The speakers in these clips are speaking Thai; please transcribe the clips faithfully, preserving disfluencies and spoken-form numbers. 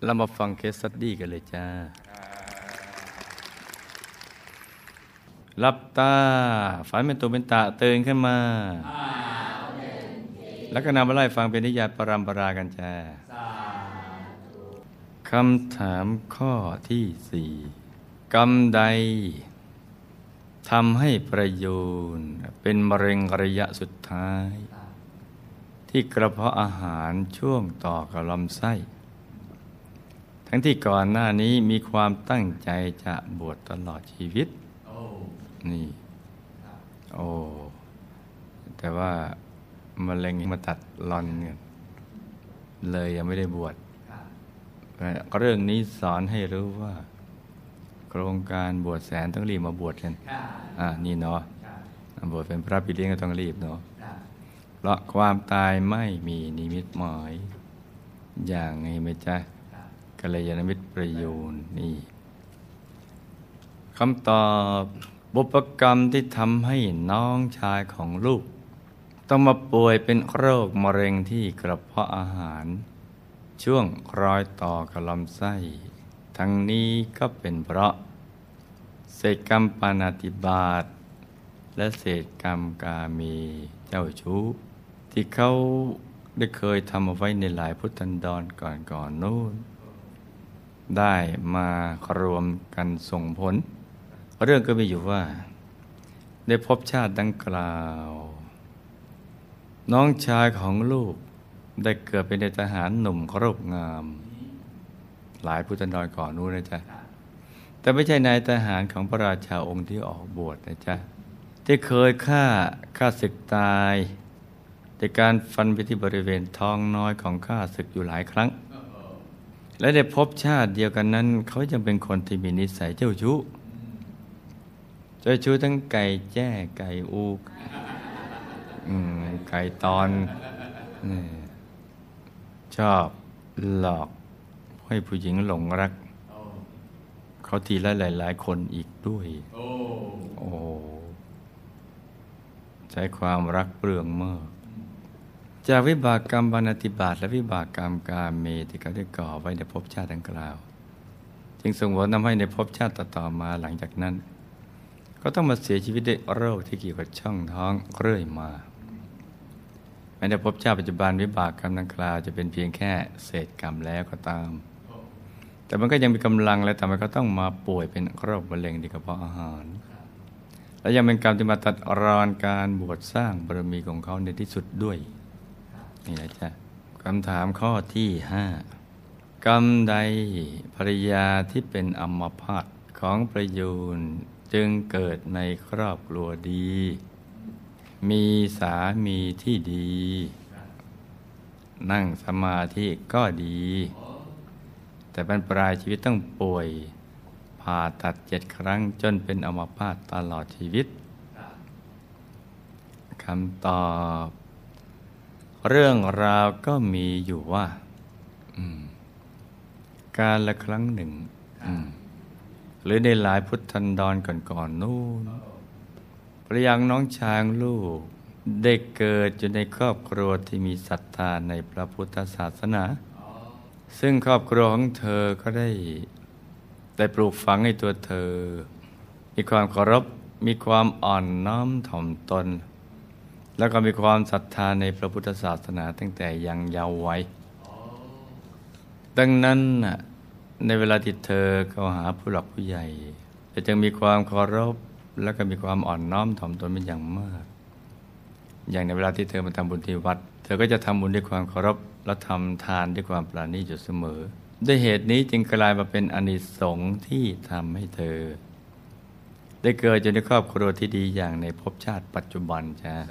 เรามาฟังเคสสตัดดี้กันเลยจ้าหลับตาฝันเป็นตัวเป็นตะตื่นขึ้นมาแล้วก็นำมาไล่ฟังเป็นนิยายปรัมปรากันจ้าคำถามข้อที่สี่กรรมใดทำให้ประยูนเป็นมะเร็งระยะสุดท้ายที่กระเพาะอาหารช่วงต่อกับลำไส้ทั้งที่ก่อนหน้านี้มีความตั้งใจจะบวชตลอดชีวิตนี่โอ้แต่ว่ามะเร็งมาตัดลอนเนี่ยเลยยังไม่ได้บวชเรื่องนี้สอนให้รู้ว่าโครงการบวชแสนต้องรีบมาบวชกันอ่านี่เนาะบวชเป็นพระปิเลี้ยงก็ต้องรีบเนาะเพราะความตายไม่มีนิมิตหมายอย่างไงไหมจ๊ะกัลยาณมิตรประยูนนี่คำตอบบุพกรรมที่ทำให้น้องชายของลูกต้องมาป่วยเป็นโรคมะเร็งที่กระเพาะอาหารช่วงรอยต่อกับลำไส้ทั้งนี้ก็เป็นเพราะเศษกรรมปาณาติบาตและเศษกรรมกาเมเจ้าชู้ที่เขาได้เคยทำเอาไว้ในหลายพุทธันดรก่อนๆนู้นได้มารวมกันส่งผลเรื่องก็มีอยู่ว่าได้พบชาติดังกล่าวน้องชายของลูกได้เกิดเป็นนายทหารหนุ่มเคารพงามหลายพุทธันดรก่อนนู้นนะจ๊ะแต่ไม่ใช่นายทหารของพระราชาองค์ที่ออกบวชนะจ๊ะที่เคยฆ่าฆ่าศึกตายในการฟันไปที่บริเวณท้องน้อยของข้าศึกอยู่หลายครั้งและได้พบชาติเดียวกันนั้นเขายังเป็นคนที่มีนิสัยเจ้าชู้เจ้าชู้ทั้งไก่แจ้ไก่อูอืมไก่ตอนชอบหลอกให้ผู้หญิงหลงรักเขาทีละหลายๆคนอีกด้วยโอ้ใช้ความรักเปลืองมากจากวิบากกรรมปาณาติบาตและวิบากกรรมกาเมที่เขาได้ก่อไว้ในภพชาติดังกล่าวจึงส่งผลทำให้ในภพชาติต่อๆมาหลังจากนั้นก็ต้องมาเสียชีวิตด้วยโรคที่เกี่ยวกับช่องท้องเรื่อยมาแม้ในภพชาติปัจจุบันวิบากกรรมดังกล่าวจะเป็นเพียงแค่เศษกรรมแล้วก็ตามแต่มันก็ยังมีกำลังและทำให้เขาต้องมาป่วยเป็นโรคมะเร็งที่กระเพาะอาหารและยังเป็นกรรมที่มาตัดรอนการบวชสร้างบารมีของเขาในที่สุดด้วยนี่นะจ๊ะคำถามข้อที่ห้ากรรมใดภรรยาที่เป็นอัมพาตของประยูนจึงเกิดในครอบครัวดีมีสามีที่ดีนั่งสมาธิก็ดีแต่บรรปลายชีวิตต้องป่วยผ่าตัดเจ็ดครั้งจนเป็นอัมพาตตลอดชีวิตคำตอบเรื่องราวก็มีอยู่ว่าการละครั้งหนึ่งหรือในหลายพุทธันดรก่อนๆนู่นภรรยาน้องชายลูกได้เกิดอยู่ในครอบครัวที่มีศรัทธาในพระพุทธศาสนาซึ่งครอบครัวของเธอก็ได้ได้ปลูกฝังให้ตัวเธอมีความเคารพมีความอ่อนน้อมถ่อมตนแล้วก็มีความศรัทธาในพระพุทธศาสนาตั้งแต่ยังเยาว์วัยดังนั้นในเวลาที่เธอเข้าหาผู้หลักผู้ใหญ่จะจึงมีความเคารพแล้วก็มีความอ่อนน้อมถ่อมตนเป็นอย่างมากอย่างในเวลาที่เธอมาทำบุญที่วัดเธอก็จะทำบุญด้วยความเคารพและทำทานด้วยความปราณีอยู่เสมอด้วยเหตุนี้จึงกลายมาเป็นอานิสงส์ที่ทำให้เธอได้เกิดอยู่ในครอบครัวที่ดีอย่างในภพชาติปัจจุบันจ้ะ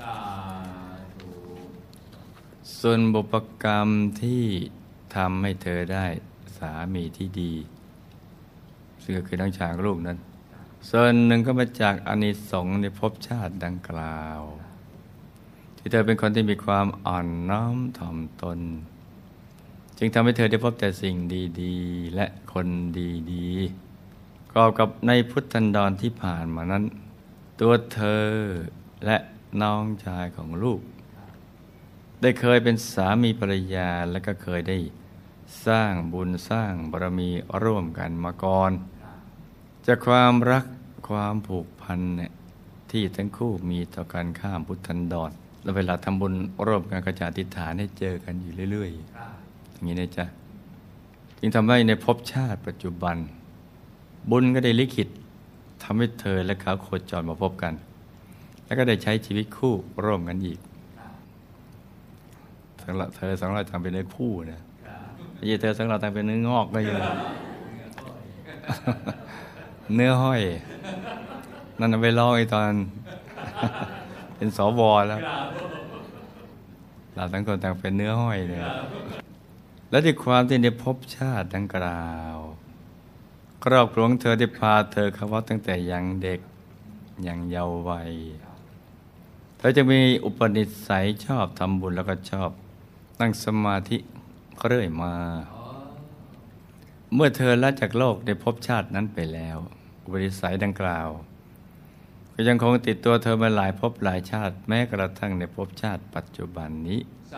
ส่วนบุพกรรมที่ทำให้เธอได้สามีที่ดีซึ่งก็คือน้องชายลูกนั้นส่วนหนึ่งก็มาจากอานิสงส์ในภพชาติดังกล่าวที่เธอเป็นคนที่มีความอ่อนน้อมถ่อมตนจึงทำให้เธอได้พบแต่สิ่งดีๆและคนดีๆก็กับในพุทธันดรที่ผ่านมานั้นตัวเธอและน้องชายของลูกได้เคยเป็นสามีภรรยาและก็เคยได้สร้างบุญสร้างบารมีร่วมกันมาก่อนจากความรักความผูกพันเนี่ยที่ทั้งคู่มีต่อการข้ามพุทธันดรแล้วเวลาทำบุญร่วมกันก็จะอธิษฐานให้เจอกันอยู่เรื่อยๆอย่างนี้นะจ๊ะจึงทำให้ในภพชาติปัจจุบันบุญก็ได้ลิขิตทำให้เธอและเขาโคจรมาพบกันแล้วก็ได้ใช้ชีวิตคู่ร่วมกันอีกทั้งเธอสองเราทำเป็นเนื้อคู่นะไม่ใช่เธอสองเราทำเป็นเนื้องอกก็อยู่เนื้อห้อยนั่นเอาไปลองไอ้ตอนเป็นสวแล้วเราทั้งคนต่างเป็นเนื้อห้อยเลยและด้วยความที่ในภพชาติดังกล่าวครอบครัวของเธอได้พาเธอเข้าวัดตั้งแต่ยังเด็กยังเยาว์วัยเธอจะมีอุปนิสัยชอบทำบุญแล้วก็ชอบนั่งสมาธิเรื่อยมาเมื่อเธอละจากโลกในภพชาตินั้นไปแล้วอุปนิสัยดังกล่าวก็ยังคงติดตัวเธอมาหลายภพหลายชาติแม้กระทั่งในภพชาติปัจจุบันนี้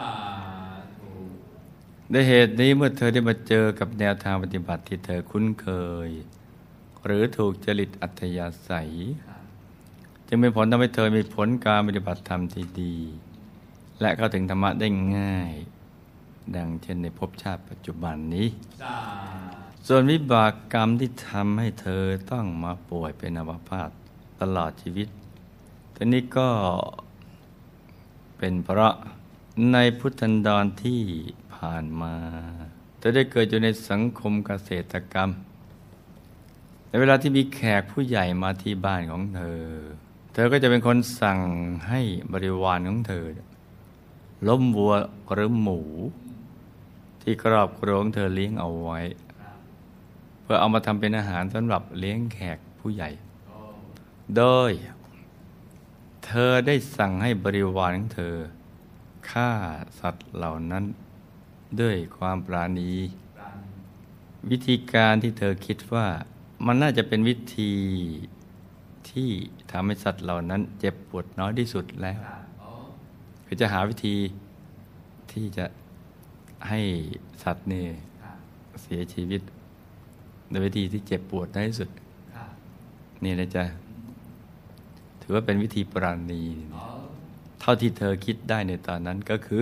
ด้วยเหตุนี้เมื่อเธอได้มาเจอกับแนวทางปฏิบัติที่เธอคุ้นเคยหรือถูกจริตอัธยาศัยจึงเป็นผลทำให้เธอมีผลการปฏิบัติธรรมที่ดีและเข้าถึงธรรมะได้ง่ายดังเช่นในภพชาติปัจจุบันนี้ส่วนวิบากกรรมที่ทำให้เธอต้องมาป่วยเป็นอัมพาตตลอดชีวิตทีนี้ก็เป็นเพราะในพุทธันดรที่ผ่านมาเธอได้เกิดอยู่ในสังคมเกษตรกรรมในเวลาที่มีแขกผู้ใหญ่มาที่บ้านของเธอเธอก็จะเป็นคนสั่งให้บริวารของเธอล้มวัวหรือหมูที่ครอบครัวของเธอเลี้ยงเอาไว้เพื่อเอามาทำเป็นอาหารสำหรับเลี้ยงแขกผู้ใหญ่โดยเธอได้สั่งให้บริวารของเธอฆ่าสัตว์เหล่านั้นด้วยความปราณีวิธีการที่เธอคิดว่ามันน่าจะเป็นวิธีที่ทำให้สัตว์เหล่านั้นเจ็บปวดน้อยที่สุดแล้วคือจะหาวิธีที่จะให้สัตว์นี่เสียชีวิตโดยวิธีที่เจ็บปวดน้อยที่สุดนี่นะจ๊ะถือว่าเป็นวิธีปราณีเท่าที่เธอคิดได้ในตอนนั้นก็คือ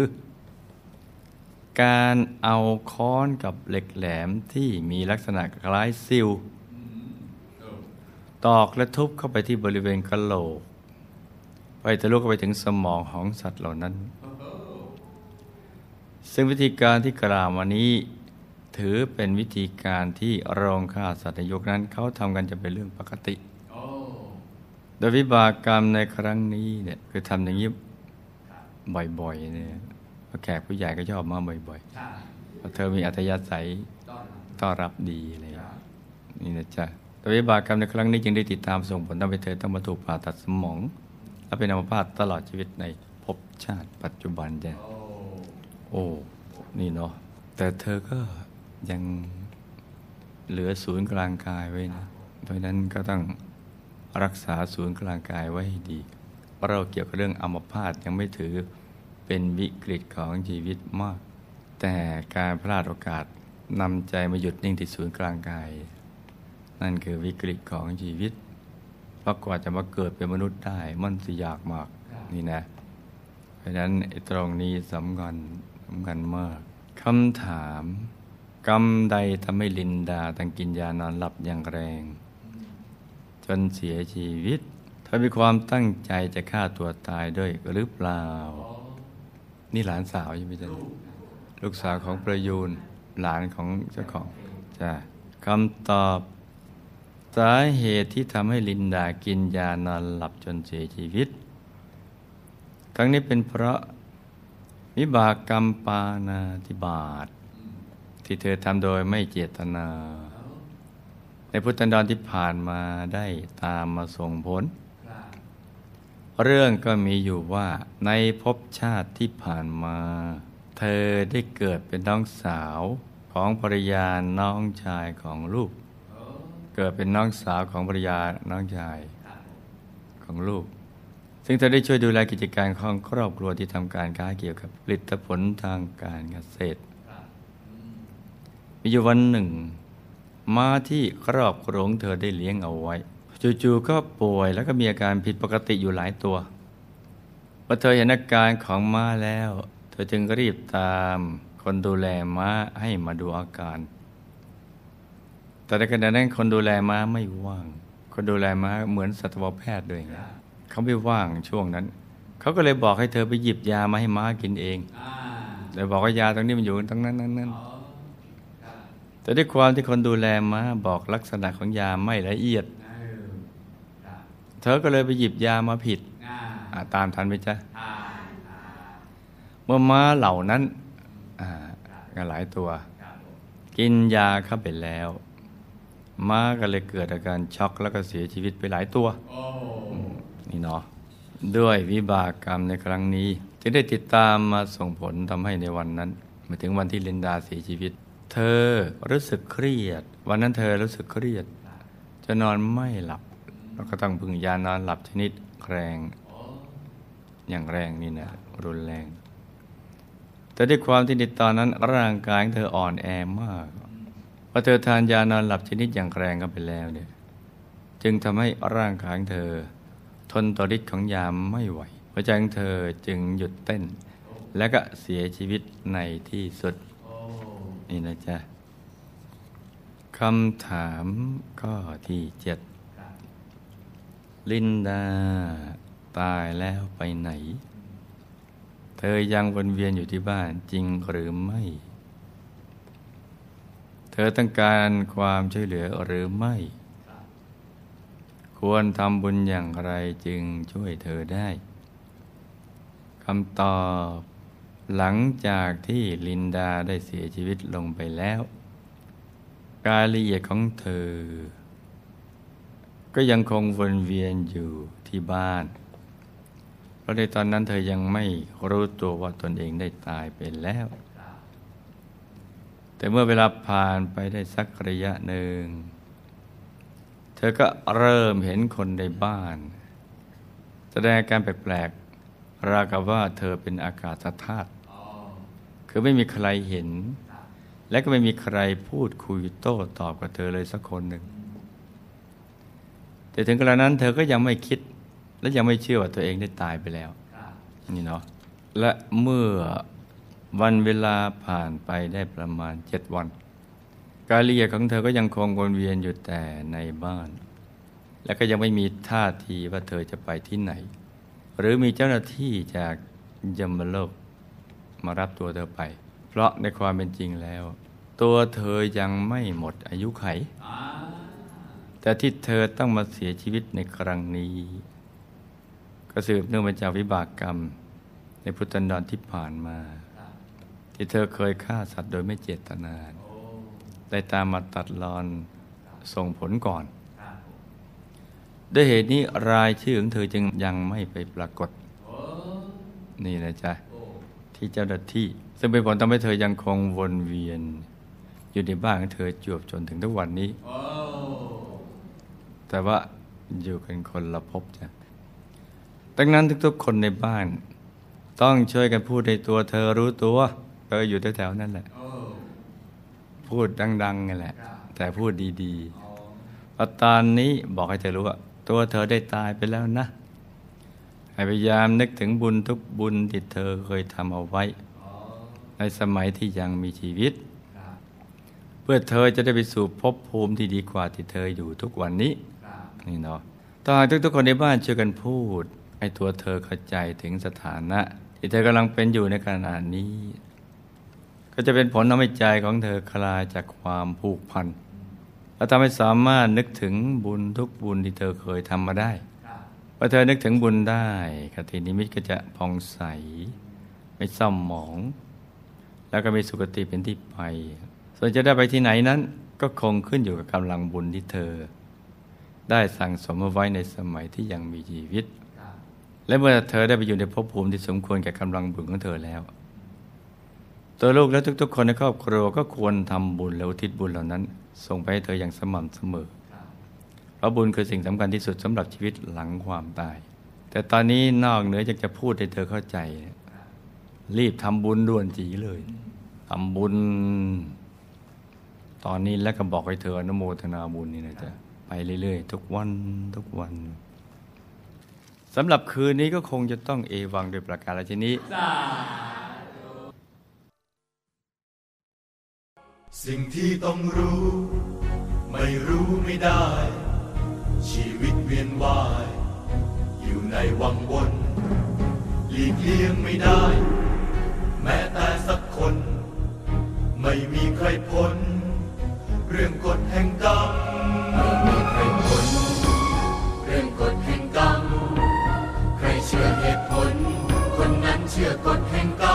การเอาค้อนกับเหล็กแหลมที่มีลักษณะคล้ายซิวตอกและทุบเข้าไปที่บริเวณกะโหลกไปทะลุเข้าไปถึงสมองของสัตว์เหล่านั้นซึ่งวิธีการที่กล่าวมานี้ถือเป็นวิธีการที่โรงฆ่าสัตว์ในยุคนั้นเขาทำกันจะเป็นเรื่องปกติโดยวิบากกรรมในครั้งนี้เนี่ยคือทำอย่างนี้บ่อยๆเนี่ยแขกผู้ใหญ่ก็ชอบมาบ่อยๆเพราะเธอมีอัธยาศัยต้อนรับดีอะไรนี่นะจ๊ะแต่วิบากกรรมในครั้งนี้จึงได้ติดตามส่งผลทำให้เธอต้องมาถูกผ่าตัดสมองและเป็นอัมพาตตลอดชีวิตในภพชาติปัจจุบันจ้ะโอ้นี่เนาะแต่เธอก็ยังเหลือศูนย์กลางกายไว้นะเพราะฉะนั้นก็ต้องรักษาศูนย์กลางกายไว้ให้ดีเพราะเราเกี่ยวกับเรื่องอัมพาตยังไม่ถือเป็นวิกฤตของชีวิตมากแต่การพลาดโอกาสนำใจมาหยุดนิ่งที่ศูนย์กลางกายนั่นคือวิกฤตของชีวิตเพราะกว่าจะมาเกิดเป็นมนุษย์ได้มันสิยากมากนี่นะเพราะฉะนั้นตรงนี้สำคัญสำคัญมากคำถามกรรมใดทำให้ลินดาต้องกินยานอนหลับอย่างแรงจนเสียชีวิตเธอมีความตั้งใจจะฆ่าตัวตายด้วยหรือเปล่านี่หลานสาวใช่ไหมจ๊ะลูกสาวของประยูนหลานของเจ้าของจ้ะคำตอบสาเหตุที่ทำให้ลินดากินยานอนหลับจนเสียชีวิตครั้งนี้เป็นเพราะวิบากกรรมปาณาติบาตที่เธอทำโดยไม่เจตนาในพุทธันดรที่ผ่านมาได้ตามมาส่งผลเรื่องก็มีอยู่ว่าในภพชาติที่ผ่านมาเธอได้เกิดเป็นน้องสาวของภรรยาน้องชายของลูกเกิดเป็นน้องสาวของภรรยาน้องชายของลูกซึ่งเธอได้ช่วยดูแลกิจการของครอบครัวที่ทำการค้าเกี่ยวกับผลิตผลทางการเกษตรมีอยู่วันหนึ่งม้าที่ครอบครองเธอได้เลี้ยงเอาไว้จู่ๆก็ป่วยแล้วก็มีอาการผิดปกติอยู่หลายตัวพอเธอเห็นอาการของม้าแล้วเธอจึงรีบตามคนดูแลม้าให้มาดูอาการแต่ในขณะนั้นคนดูแลม้าไม่ว่างคนดูแลม้าเหมือนสัตวแพทย์ด้วยนะเขาไม่ว่างช่วงนั้นเขาก็เลยบอกให้เธอไปหยิบยามาให้ม้ากินเองเลยบอกว่ายาตรงนี้มันอยู่ตรงนั้นนั้นแต่ด้วยความที่คนดูแลม้าบอกลักษณะของยาไม่ละเอียดเธอก็เลยไปหยิบยามาผิดตามทันไหมจ๊ะเมื่อม้าเหล่านั้นกันหลายตัวกินยาเข้าไปแล้วม้าก็เลยเกิดอาการช็อกแล้วก็เสียชีวิตไปหลายตัวนี่เนาะด้วยวิบากกรรมในครั้งนี้จึงได้ติดตามมาส่งผลทำให้ในวันนั้นมาถึงวันที่ลินดาเสียชีวิตเธอรู้สึกเครียดวันนั้นเธอรู้สึกเครียดจะนอนไม่หลับแล้วก็ต้องพึ่งยานอนหลับชนิดแรงอย่างแรงนี่นะรุนแรงแต่ด้วยความที่ในตอนนั้นร่างกายของเธออ่อนแอมากพอเธอทานยานอนหลับชนิดอย่างแรงเข้าไปแล้วเนี่ยจึงทำให้ร่างกายของเธอทนต่อฤทธิ์ของยาไม่ไหวหัวใจของเธอจึงหยุดเต้นและก็เสียชีวิตในที่สุดนี่นะจ๊ะคำถามข้อที่เจ็ดลินดาตายแล้วไปไหนเธอยังวนเวียนอยู่ที่บ้านจริงหรือไม่เธอต้องการความช่วยเหลือหรือไม่ควรทำบุญอย่างไรจึงช่วยเธอได้คำตอบหลังจากที่ลินดาได้เสียชีวิตลงไปแล้วกายละเอียดของเธอก็ยังคงวนเวียนอยู่ที่บ้านเพราะในตอนนั้นเธอยังไม่รู้ตัวว่าตนเองได้ตายไปแล้วแต่เมื่อเวลาผ่านไปได้สักระยะหนึ่งเธอก็เริ่มเห็นคนในบ้านแสดงอาการแปลกๆราวกับว่าเธอเป็นอากาศธาตุคือไม่มีใครเห็นและก็ไม่มีใครพูดคุยโต้ตอบกับเธอเลยสักคนหนึ่งแต่ถึงกระนั้นเธอก็ยังไม่คิดและยังไม่เชื่อว่าตัวเองได้ตายไปแล้วนี่เนาะและเมื่อวันเวลาผ่านไปได้ประมาณเจ็ดวันกายละเอียดของเธอก็ยังคงวนเวียนอยู่แต่ในบ้านและก็ยังไม่มีท่าทีว่าเธอจะไปที่ไหนหรือมีเจ้าหน้าที่จากยมโลกมารับตัวเธอไปเพราะในความเป็นจริงแล้วตัวเธอยังไม่หมดอายุไขแต่ที่เธอต้องมาเสียชีวิตในครั้งนี้ก็สืบเนื่องมาจากวิบากกรรมในพุทธันดรที่ผ่านมาที่เธอเคยฆ่าสัตว์โดยไม่เจตนาได้ตามมาตัดรอนส่งผลก่อนด้วยเหตุนี้รายชื่อของเธอจึงยังไม่ไปปรากฏนี่นะจ๊ะที่เจ้าหน้าที่ซึ่งเป็นผลทำให้เธอยังคงวนเวียนอยู่ในบ้านของเธอจวบจนถึงทุกวันนี้แต่ว่าอยู่กันคนละภพจ้ะดังนั้นทุกๆคนในบ้านต้องช่วยกันพูดในตัวเธอรู้ตัวเธออยู่แถวๆนั่นแหละพูดดังๆนั่นแหละแต่พูดดีๆเพราะตอนนี้บอกให้เธอรู้ว่าตัวเธอได้ตายไปแล้วนะให้พยายามนึกถึงบุญทุกบุญที่เธอเคยทำเอาไว้ในสมัยที่ยังมีชีวิตเพื่อเธอจะได้ไปสู่ภพภูมิที่ดีกว่าที่เธออยู่ทุกวันนี้นี่เนาะตอนทุกๆคนในบ้านช่วยกันพูดให้ตัวเธอเข้าใจถึงสถานะที่เธอกำลังเป็นอยู่ในขณะนี้ก็จะเป็นผลทำให้ใจของเธอคลายจากความผูกพันและทำให้สามารถนึกถึงบุญทุกบุญที่เธอเคยทำมาได้พอเธอนึกถึงบุญได้คตินิมิตก็จะผ่องใสไม่เศร้าหมองแล้วก็มีสุคติเป็นที่ไปส่วนจะได้ไปที่ไหนนั้นก็คงขึ้นอยู่กับกำลังบุญที่เธอได้สั่งสมเอาไว้ในสมัยที่ยังมีชีวิตและเมื่อเธอได้ไปอยู่ในภพภูมิที่สมควรแก่กำลังบุญของเธอแล้วตัวลูกและทุกๆคนในครอบครัวก็ควรทำบุญและอุทิศบุญเหล่านั้นส่งไปให้เธออย่างสม่ำเสมอเพราะบุญคือสิ่งสำคัญที่สุดสำหรับชีวิตหลังความตายแต่ตอนนี้นอกเหนือจากจะพูดให้เธอเข้าใจรีบทำบุญด่วนจีเลยทำบุญตอนนี้แล้วก็บอกให้เธออนุโมทนาบุญนี่นะจ๊ะไปเรื่อยๆทุกวันทุกวันสำหรับคืนนี้ก็คงจะต้องเอวังโดยประการฉนี้สิ่งที่ต้องรู้ไม่รู้ไม่ได้ชีวิตเวียนว่ายอยู่ในวังวนหลีกเลี่ยงไม่ได้แม้แต่สักคนไม่มีใครพ้นเรื่องกฎแห่งกรรมไม่มีใครพ้นเรื่องกฎแห่งกรรมใครเชื่อเหตุผลคนนั้นเชื่อกฎแห่งกรรม